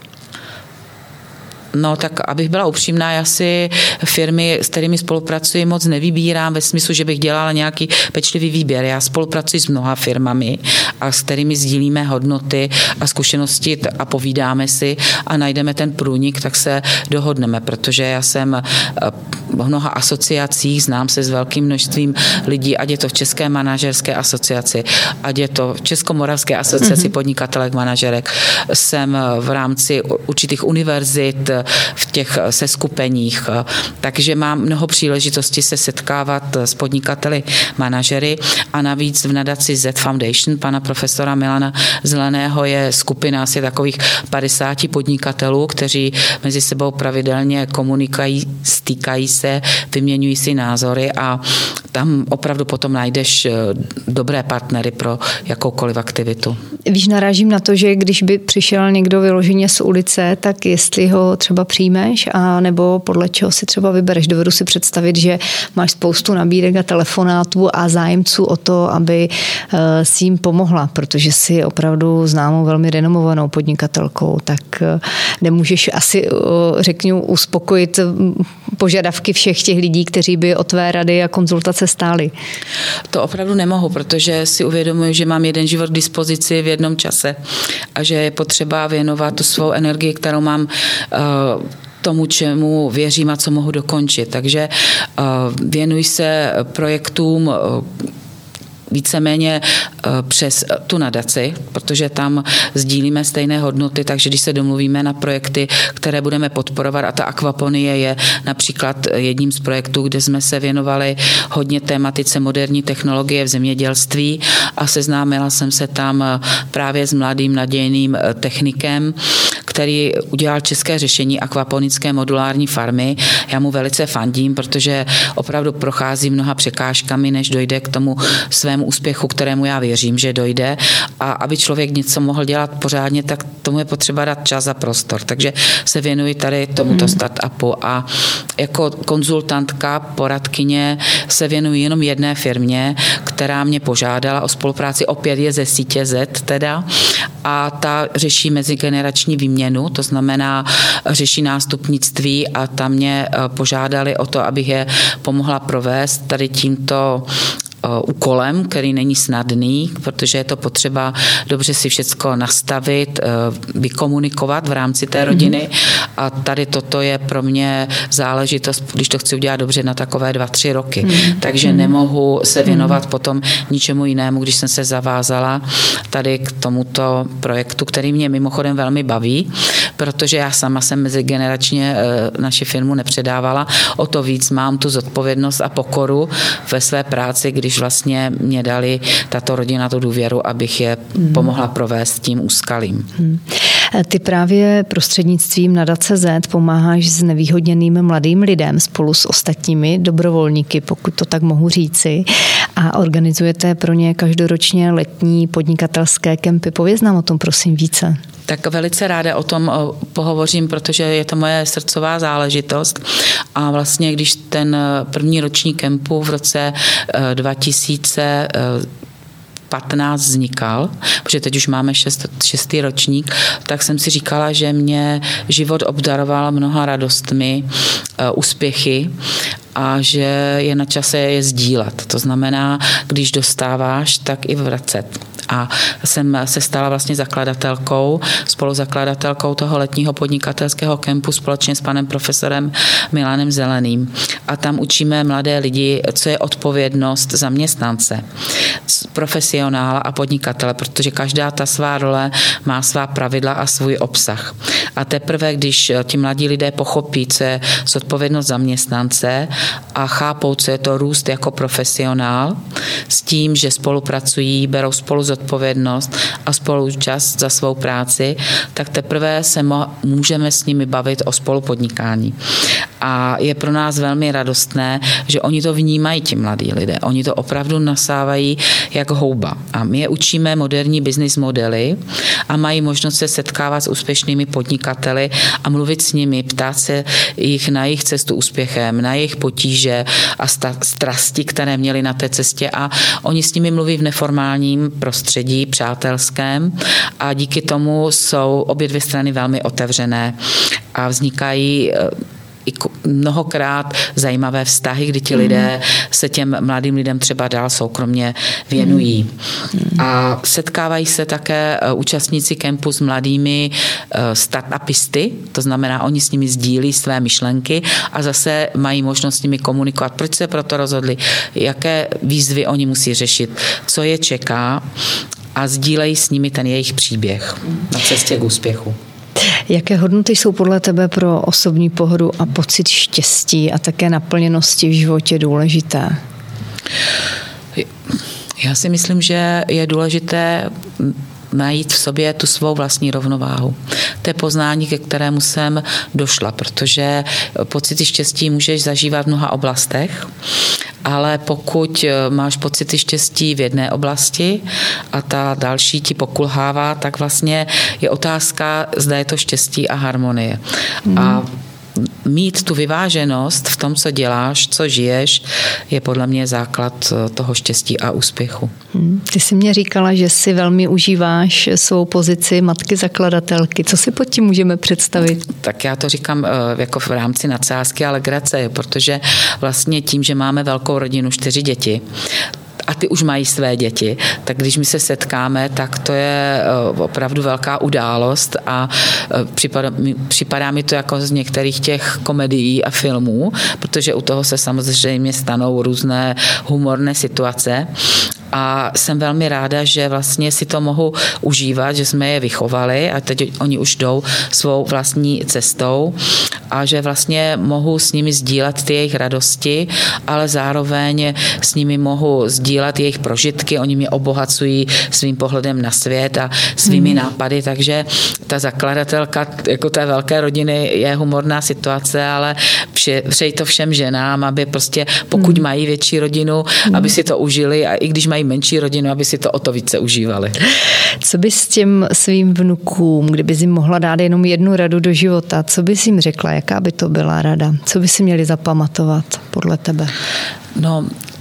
No tak abych byla upřímná, já si firmy, s kterými spolupracuji, moc nevybírám ve smyslu, že bych dělala nějaký pečlivý výběr. Já spolupracuji s mnoha firmami a s kterými sdílíme hodnoty a zkušenosti a povídáme si a najdeme ten průnik, tak se dohodneme, protože já jsem v mnoha asociacích, znám se s velkým množstvím lidí, ať je to v České manažerské asociaci, ať je to v Českomoravské asociaci mm-hmm. podnikatelek, manažerek. Jsem v rámci určitých univerzit, v těch seskupeních, takže mám mnoho příležitostí se setkávat s podnikateli, manažery a navíc v nadaci Z Foundation pana profesora Milana Zeleného je skupina asi takových padesáti podnikatelů, kteří mezi sebou pravidelně komunikují, stýkají se, vyměňují si názory a tam opravdu potom najdeš dobré partnery pro jakoukoliv aktivitu. Víš, narážím na to, že když by přišel někdo vyloženě z ulice, tak jestli ho třeba přijmeš a nebo podle čeho si třeba vybereš. Dovedu si představit, že máš spoustu nabídek a telefonátů a zájemců o to, aby si jim pomohla, protože jsi opravdu známou velmi renomovanou podnikatelkou, tak nemůžeš asi, řeknu, uspokojit požadavky všech těch lidí, kteří by o tvé rady a konzultace stáli. To opravdu nemohu, protože si uvědomuji, že mám jeden život k dispozici v jednom čase a že je potřeba věnovat tu svou energii, kterou mám uh, tomu, čemu věřím a co mohu dokončit. Takže uh, věnuj se projektům uh, víceméně přes tu nadaci, protože tam sdílíme stejné hodnoty, takže když se domluvíme na projekty, které budeme podporovat, a ta akvaponie je například jedním z projektů, kde jsme se věnovali hodně tématice moderní technologie v zemědělství a seznámila jsem se tam právě s mladým nadějným technikem, který udělal české řešení akvaponické modulární farmy. Já mu velice fandím, protože opravdu prochází mnoha překážkami, než dojde k tomu svému úspěchu, kterému já věřím, že dojde. A aby člověk něco mohl dělat pořádně, tak tomu je potřeba dát čas a prostor. Takže se věnuji tady tomuto startupu a jako konzultantka, poradkyně se věnuji jenom jedné firmě, která mě požádala o spolupráci, opět je ze sítě Z teda, a ta řeší mezigenerační výměnu, to znamená řeší nástupnictví a tam mě požádali o to, abych je pomohla provést tady tímto úkolem, který není snadný, protože je to potřeba dobře si všecko nastavit, vykomunikovat v rámci té rodiny a tady toto je pro mě záležitost, když to chci udělat dobře, na takové dva, tři roky. Mm. Takže mm. nemohu se věnovat mm. potom ničemu jinému, když jsem se zavázala tady k tomuto projektu, který mě mimochodem velmi baví, protože já sama jsem mezigeneračně naši firmu nepředávala, o to víc mám tu zodpovědnost a pokoru ve své práci, když vlastně mě dali tato rodina tu důvěru, abych je mm. pomohla provést tím úskalím. Mm. Ty právě prostřednictvím Nadace Z pomáháš znevýhodněným mladým lidem spolu s ostatními dobrovolníky, pokud to tak mohu říci, a organizujete pro ně každoročně letní podnikatelské kempy. Pověz nám o tom prosím více. Tak velice ráda o tom pohovořím, protože je to moje srdcová záležitost a vlastně když ten první ročník kempu v roce dva tisíce patnáct vznikal, protože teď už máme šest, šestý ročník, tak jsem si říkala, že mě život obdaroval mnoha radostmi, úspěchy a že je na čase je sdílet. To znamená, když dostáváš, tak i vracet. A jsem se stala vlastně zakladatelkou, spoluzakladatelkou toho letního podnikatelského kempu společně s panem profesorem Milanem Zeleným. A tam učíme mladé lidi, co je odpovědnost zaměstnance, profesionála a podnikatele, protože každá ta svá role má svá pravidla a svůj obsah. A teprve, když ti mladí lidé pochopí, co je zodpovědnost zaměstnance a chápou, co je to růst jako profesionál, s tím, že spolupracují, berou spolu zodpovědnost a spoluúčast za svou práci, tak teprve se mo- můžeme s nimi bavit o spolupodnikání. A je pro nás velmi radostné, že oni to vnímají, ti mladí lidé. Oni to opravdu nasávají jako houba. A my je učíme moderní business modely a mají možnost se setkávat s úspěšnými podnikateli a mluvit s nimi, ptát se jich na jejich cestu úspěchem, na jejich potíže a strasti, které měli na té cestě a oni s nimi mluví v neformálním prostředí, přátelském a díky tomu jsou obě dvě strany velmi otevřené a vznikají i mnohokrát zajímavé vztahy, kdy ti lidé se těm mladým lidem třeba dál soukromně věnují. A setkávají se také účastníci kempu s mladými startupisty, to znamená, oni s nimi sdílí své myšlenky a zase mají možnost s nimi komunikovat, proč se proto rozhodli, jaké výzvy oni musí řešit, co je čeká a sdílejí s nimi ten jejich příběh na cestě k úspěchu. Jaké hodnoty jsou podle tebe pro osobní pohodu a pocit štěstí a také naplněnosti v životě důležité? Já si myslím, že je důležité najít v sobě tu svou vlastní rovnováhu. To je poznání, ke kterému jsem došla, protože pocity štěstí můžeš zažívat v mnoha oblastech, ale pokud máš pocity štěstí v jedné oblasti a ta další ti pokulhává, tak vlastně je otázka, zda je to štěstí a harmonie. Hmm. A mít tu vyváženost v tom, co děláš, co žiješ, je podle mě základ toho štěstí a úspěchu. Ty jsi mě říkala, že si velmi užíváš svou pozici matky zakladatelky. Co si pod tím můžeme představit? Tak já to říkám jako v rámci nadsázky a legrace, protože vlastně tím, že máme velkou rodinu, čtyři děti, a ty už mají své děti, tak když my se setkáme, tak to je opravdu velká událost a připadá, připadá mi to jako z některých těch komedií a filmů, protože u toho se samozřejmě stanou různé humorné situace. A jsem velmi ráda, že vlastně si to mohu užívat, že jsme je vychovali a teď oni už jdou svou vlastní cestou a že vlastně mohu s nimi sdílet ty jejich radosti, ale zároveň s nimi mohu sdílet jejich prožitky, oni mě obohacují svým pohledem na svět a svými hmm. nápady, takže ta zakladatelka jako té velké rodiny je humorná situace, ale přeji to všem ženám, aby prostě pokud hmm. mají větší rodinu, hmm. aby si to užili a i když mají menší rodinu, aby si to o to více užívali. Co bys těm svým vnukům, kdyby jim mohla dát jenom jednu radu do života, co bys jim řekla, jaká by to byla rada? Co by si měli zapamatovat podle tebe? No,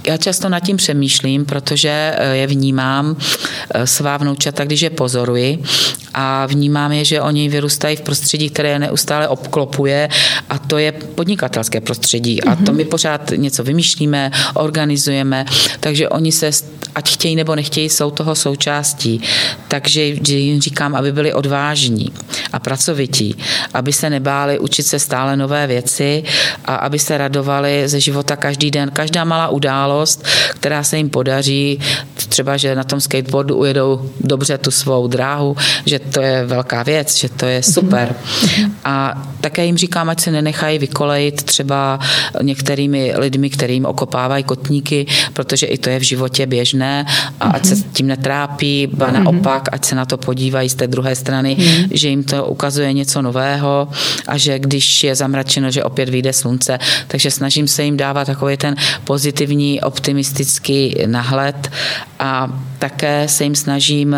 Já často nad tím přemýšlím, protože je vnímám, svá vnoučata, když je pozoruji a vnímám je, že oni vyrůstají v prostředí, které je neustále obklopuje a to je podnikatelské prostředí a to my pořád něco vymýšlíme, organizujeme, takže oni se, ať chtějí nebo nechtějí, jsou toho součástí. Takže jim říkám, aby byli odvážní a pracovití, aby se nebáli učit se stále nové věci a aby se radovali ze života každý den. Každá malá událost, která se jim podaří, třeba, že na tom skateboardu ujedou dobře tu svou dráhu, že to je velká věc, že to je super. A také jim říkám, ať se nenechají vykolejit třeba některými lidmi, kterým okopávají kotníky, protože i to je v životě běžné a ať se tím netrápí, ba naopak, ať se na to podívají z té druhé strany, že jim to ukazuje něco nového a že když je zamračeno, že opět vyjde slunce, takže snažím se jim dávat takový ten pozitivní, optimistický nahled a také se jim snažím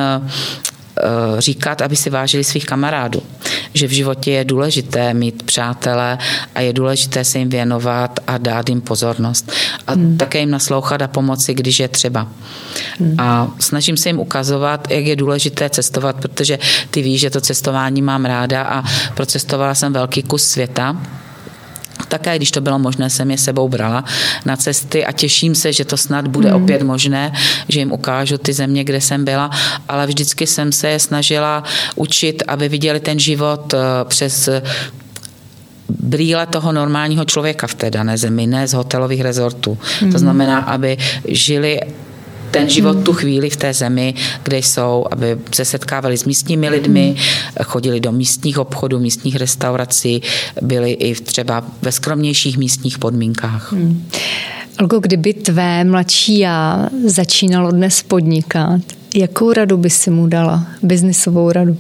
říkat, aby si vážili svých kamarádů. Že v životě je důležité mít přátele a je důležité se jim věnovat a dát jim pozornost. A hmm. také jim naslouchat a pomoci, když je třeba. Hmm. A snažím se jim ukazovat, jak je důležité cestovat, protože ty víš, že to cestování mám ráda a procestovala jsem velký kus světa. Také, když to bylo možné, jsem je sebou brala na cesty a těším se, že to snad bude mm. opět možné, že jim ukážu ty země, kde jsem byla, ale vždycky jsem se je snažila učit, aby viděli ten život přes brýle toho normálního člověka v té dané zemi, ne z hotelových rezortů. Mm. To znamená, aby žili ten život tu chvíli v té zemi, kde jsou, aby se setkávali s místními lidmi, chodili do místních obchodů, místních restaurací, byli i třeba ve skromnějších místních podmínkách. Hmm. Olgo, kdyby tvé mladší já začínalo dnes podnikat, jakou radu by si mu dala? Biznisovou radu?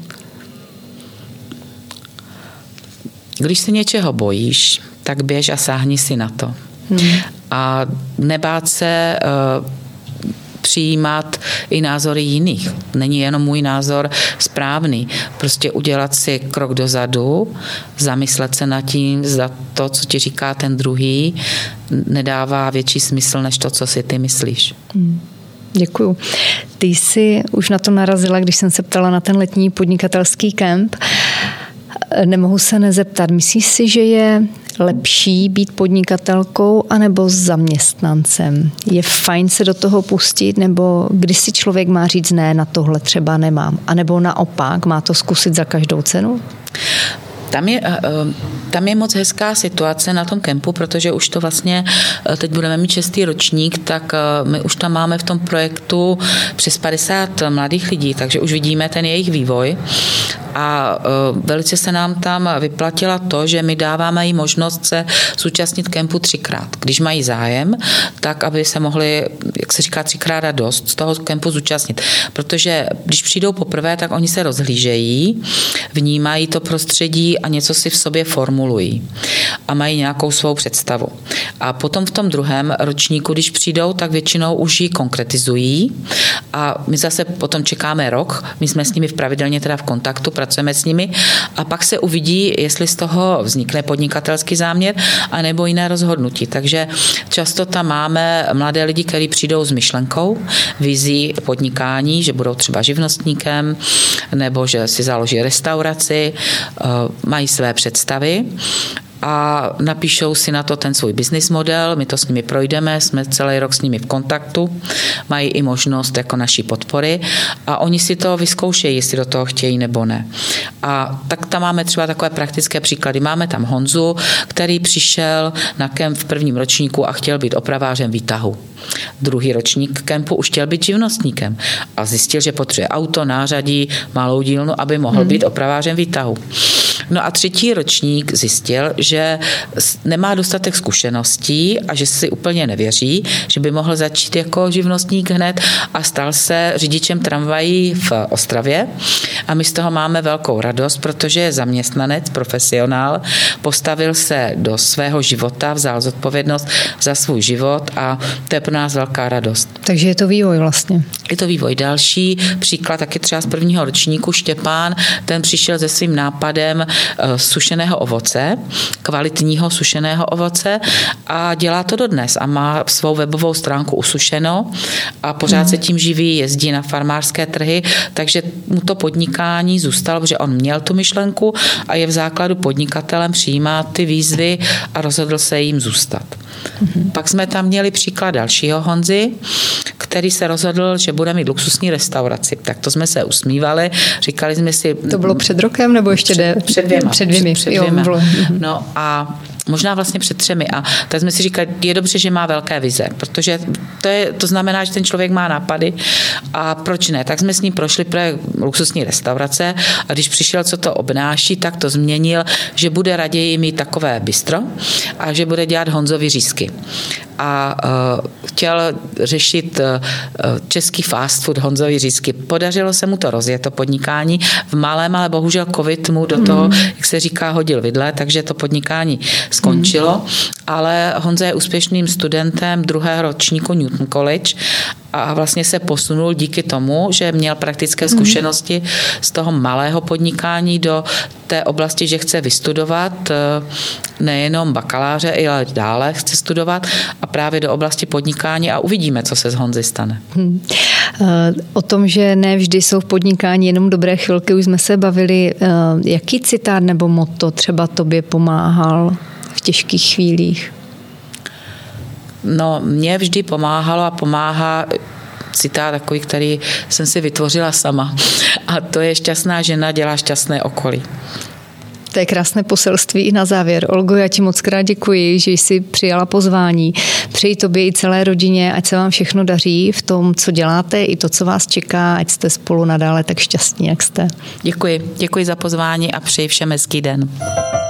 Když se něčeho bojíš, tak běž a sáhni si na to. Hmm. A nebát se uh, přijímat i názory jiných. Není jenom můj názor správný. Prostě udělat si krok dozadu, zamyslet se nad tím, zda to, co ti říká ten druhý, nedává větší smysl, než to, co si ty myslíš. Hmm. Děkuju. Ty jsi už na to narazila, když jsem se ptala na ten letní podnikatelský kemp. Nemohu se nezeptat. Myslíš si, že je lepší být podnikatelkou anebo zaměstnancem? Je fajn se do toho pustit, nebo když si člověk má říct ne, na tohle třeba nemám? A nebo naopak, má to zkusit za každou cenu? Tam je, tam je moc hezká situace na tom kempu, protože už to vlastně, teď budeme mít šestý ročník, tak my už tam máme v tom projektu přes padesát mladých lidí, takže už vidíme ten jejich vývoj. A velice se nám tam vyplatila to, že my dáváme jí možnost se zúčastnit kempu třikrát. Když mají zájem, tak aby se mohli, jak se říká, třikrát a dost z toho kempu zúčastnit. Protože když přijdou poprvé, tak oni se rozhlížejí, vnímají to prostředí a něco si v sobě formulují. A mají nějakou svou představu. A potom v tom druhém ročníku, když přijdou, tak většinou už ji konkretizují. A my zase potom čekáme rok, my jsme s nimi pravidelně teda v kontaktu, pracujeme s nimi a pak se uvidí, jestli z toho vznikne podnikatelský záměr anebo jiné rozhodnutí. Takže často tam máme mladé lidi, kteří přijdou s myšlenkou, vizí podnikání, že budou třeba živnostníkem nebo že si založí restauraci, mají své představy a napíšou si na to ten svůj business model, my to s nimi projdeme, jsme celý rok s nimi v kontaktu, mají i možnost jako naší podpory a oni si to vyzkoušejí, jestli do toho chtějí nebo ne. A tak tam máme třeba takové praktické příklady. Máme tam Honzu, který přišel na kemp v prvním ročníku a chtěl být opravářem výtahu. Druhý ročník kempu už chtěl být živnostníkem a zjistil, že potřebuje auto, nářadí, malou dílnu, aby mohl hmm. být opravářem výtahu. No a třetí ročník zjistil, že nemá dostatek zkušeností a že si úplně nevěří, že by mohl začít jako živnostník hned a stal se řidičem tramvají v Ostravě a my z toho máme velkou radost, protože je zaměstnanec, profesionál, postavil se do svého života, vzal zodpovědnost za svůj život a to je pro nás velká radost. Takže je to vývoj vlastně. Je to vývoj. Další příklad, taky třeba z prvního ročníku Štěpán, ten přišel se svým nápadem sušeného ovoce, kvalitního sušeného ovoce a dělá to dodnes a má svou webovou stránku Usušeno a pořád hmm. se tím živí, jezdí na farmářské trhy, takže mu to podnikání zůstalo, protože on měl tu myšlenku a je v základu podnikatelem, přijímá ty výzvy a rozhodl se jim zůstat. Hmm. Pak jsme tam měli příklad dalšího Honzy, který se rozhodl, že bude mít luxusní restauraci. Tak to jsme se usmívali, říkali jsme si... To bylo před rokem nebo ještě před, jde? Před dvěma. Před dvěmi. Před, před dvěma. Jo, no a možná vlastně před třemi. A tak jsme si říkali, je dobře, že má velké vize, protože to, je, to znamená, že ten člověk má nápady a proč ne? Tak jsme s ním prošli pro luxusní restaurace a když přišel, co to obnáší, tak to změnil, že bude raději mít takové bistro a že bude dělat Honzovy řízky. A uh, chtěl řešit uh, český fast food, Honzovy řízky. Podařilo se mu to rozjet, to podnikání v malém, ale bohužel covid mu do toho, mm. jak se říká, hodil vidle, takže to podnikání skončilo, mm. ale Honza je úspěšným studentem druhého ročníku Newton College a vlastně se posunul díky tomu, že měl praktické zkušenosti mm. z toho malého podnikání do té oblasti, že chce vystudovat nejenom bakaláře, ale dále chce studovat a právě do oblasti podnikání a uvidíme, co se z Honzy stane. Hmm. O tom, že ne vždy jsou v podnikání jenom dobré chvilky, už jsme se bavili. Jaký citát nebo motto třeba tobě pomáhal v těžkých chvílích? No, mě vždy pomáhalo a pomáhá citát takový, který jsem si vytvořila sama. A to je šťastná žena dělá šťastné okolí. To je krásné poselství i na závěr. Olgo, já ti moc krát děkuji, že jsi přijala pozvání. Přeji tobě i celé rodině, ať se vám všechno daří v tom, co děláte, i to, co vás čeká, ať jste spolu nadále tak šťastní, jak jste. Děkuji. Děkuji za pozvání a přeji všem hezký den.